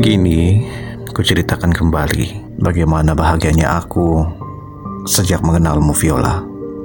Kini, kuceritakan kembali bagaimana bahagianya aku sejak mengenalmu, Viola.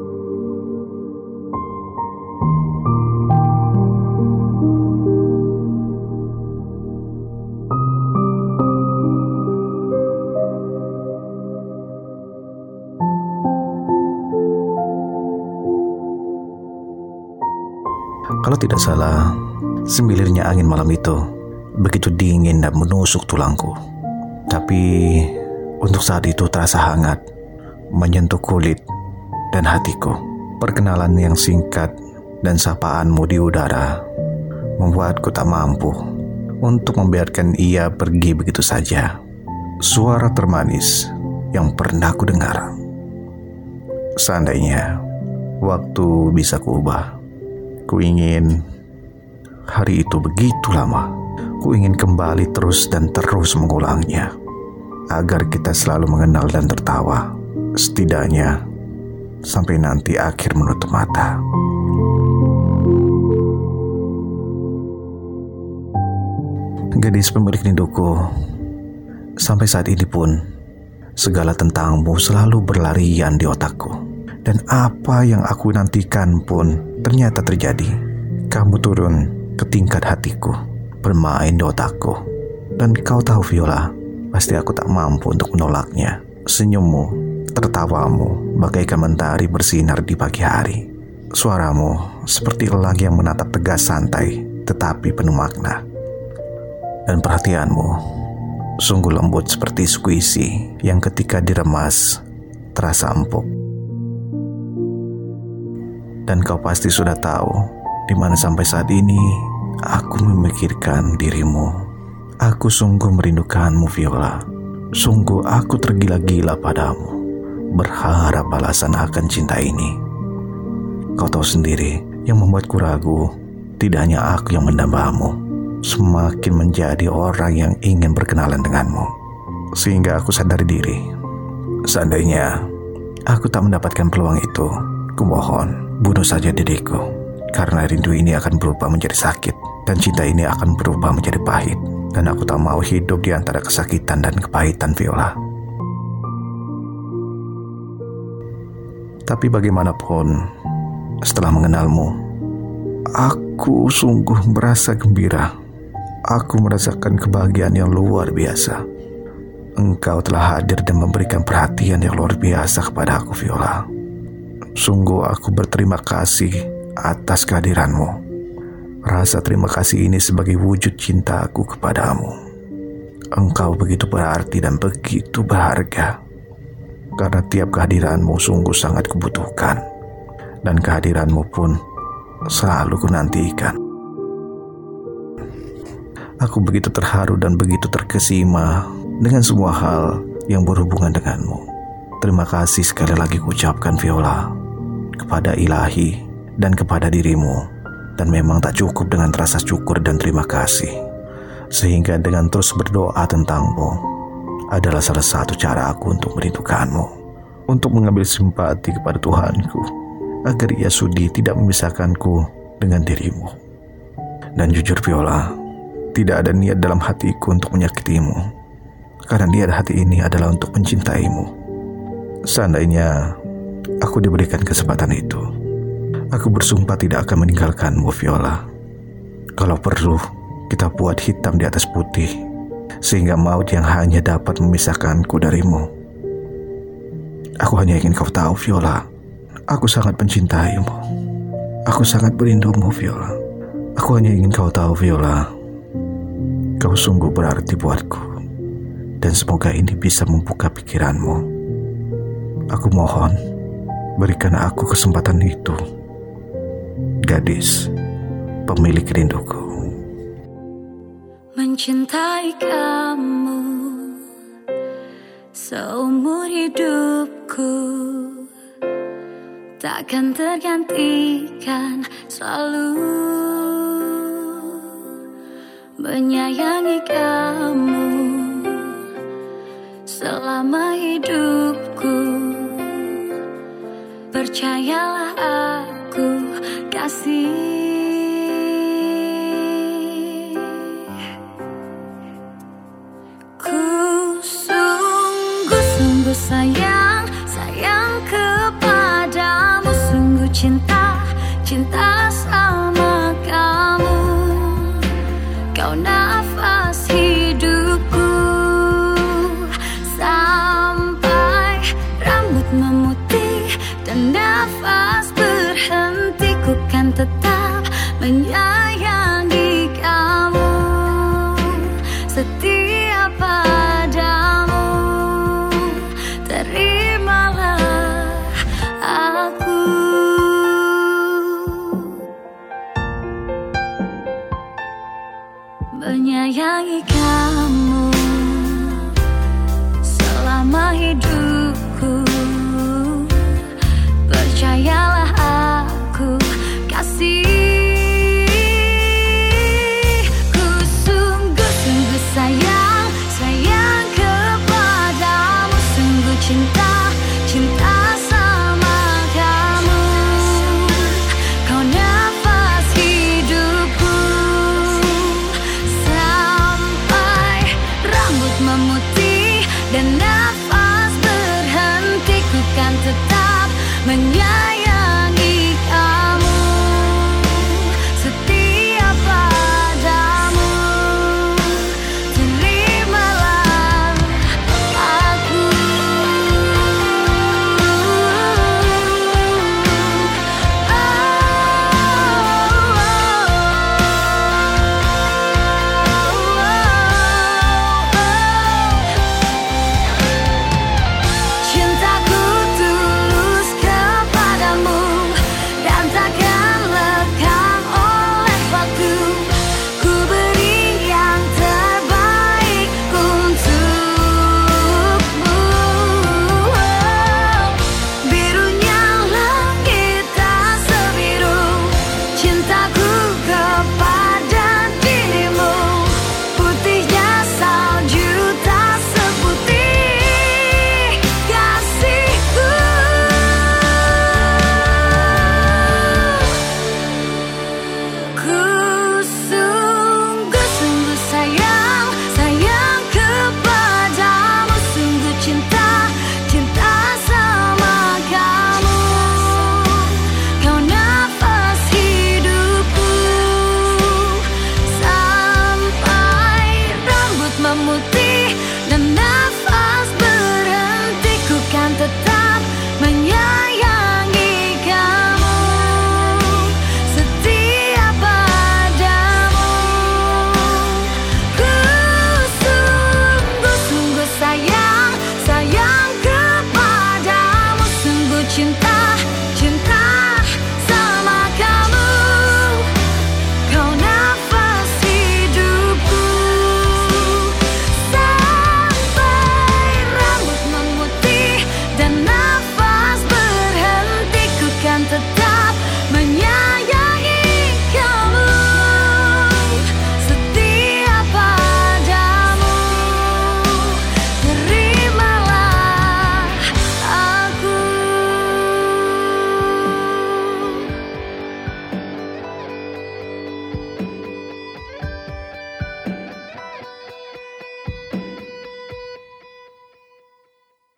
Kalau tidak salah, sembilirnya angin malam itu begitu dingin dan menusuk tulangku. Tapi untuk saat itu terasa hangat, menyentuh kulit dan hatiku. Perkenalan yang singkat dan sapaanmu di udara membuatku tak mampu untuk membiarkan ia pergi begitu saja. Suara termanis yang pernah ku dengar. Seandainya waktu bisa kuubah, ku ingin hari itu begitu lama. Ku ingin kembali terus dan terus mengulangnya, agar kita selalu mengenal dan tertawa, setidaknya sampai nanti akhir menutup mata. Gadis pemilik rinduku, sampai saat ini pun segala tentangmu selalu berlarian di otakku. Dan apa yang aku nantikan pun ternyata terjadi. Kamu turun ke tingkat hatiku, bermain di otakku. Dan kau tahu, Viola, pasti aku tak mampu untuk menolaknya. Senyummu, tertawamu bagaikan mentari bersinar di pagi hari. Suaramu seperti elang yang menatap tegas santai tetapi penuh makna. Dan perhatianmu sungguh lembut seperti squishy yang ketika diremas terasa empuk. Dan kau pasti sudah tahu di mana sampai saat ini aku memikirkan dirimu. Aku sungguh merindukanmu, Viola. Sungguh aku tergila-gila padamu, berharap balasan akan cinta ini. Kau tahu sendiri, yang membuatku ragu tidak hanya aku yang mendambamu, semakin menjadi orang yang ingin berkenalan denganmu. Sehingga aku sadari diri, seandainya aku tak mendapatkan peluang itu, kumohon bunuh saja diriku, karena rindu ini akan berubah menjadi sakit, dan cinta ini akan berubah menjadi pahit. Dan aku tak mau hidup di antara kesakitan dan kepahitan, Viola. Tapi bagaimanapun, setelah mengenalmu, aku sungguh merasa gembira. Aku merasakan kebahagiaan yang luar biasa. Engkau telah hadir dan memberikan perhatian yang luar biasa kepada aku, Viola. Sungguh aku berterima kasih atas kehadiranmu. Rasa terima kasih ini sebagai wujud cintaku kepadamu. Engkau begitu berarti dan begitu berharga. Karena tiap kehadiranmu sungguh sangat kubutuhkan. Dan kehadiranmu pun selalu kunantikan. Aku begitu terharu dan begitu terkesima dengan semua hal yang berhubungan denganmu. Terima kasih sekali lagi kuucapkan, Viola, kepada ilahi dan kepada dirimu. Dan memang tak cukup dengan rasa syukur dan terima kasih, sehingga dengan terus berdoa tentangmu adalah salah satu cara aku untuk merindukanmu, untuk mengambil simpati kepada Tuhanku agar ia sudi tidak memisahkanku dengan dirimu. Dan jujur, Viola, tidak ada niat dalam hatiku untuk menyakitimu, karena niat hati ini adalah untuk mencintaimu. Seandainya aku diberikan kesempatan itu, aku bersumpah tidak akan meninggalkanmu, Viola. Kalau perlu, kita buat hitam di atas putih, sehingga maut yang hanya dapat memisahkanku darimu. Aku hanya ingin kau tahu, Viola, aku sangat mencintaimu. Aku sangat merindumu, Viola. Aku hanya ingin kau tahu, Viola, kau sungguh berarti buatku. Dan semoga ini bisa membuka pikiranmu. Aku mohon, berikan aku kesempatan itu, gadis pemilik rinduku. Mencintai kamu seumur hidupku, takkan tergantikan. Selalu menyayangi kamu selama hidupku. Percayalah aku kasih. dan nafas berhenti, ku kan tetap menyayangi.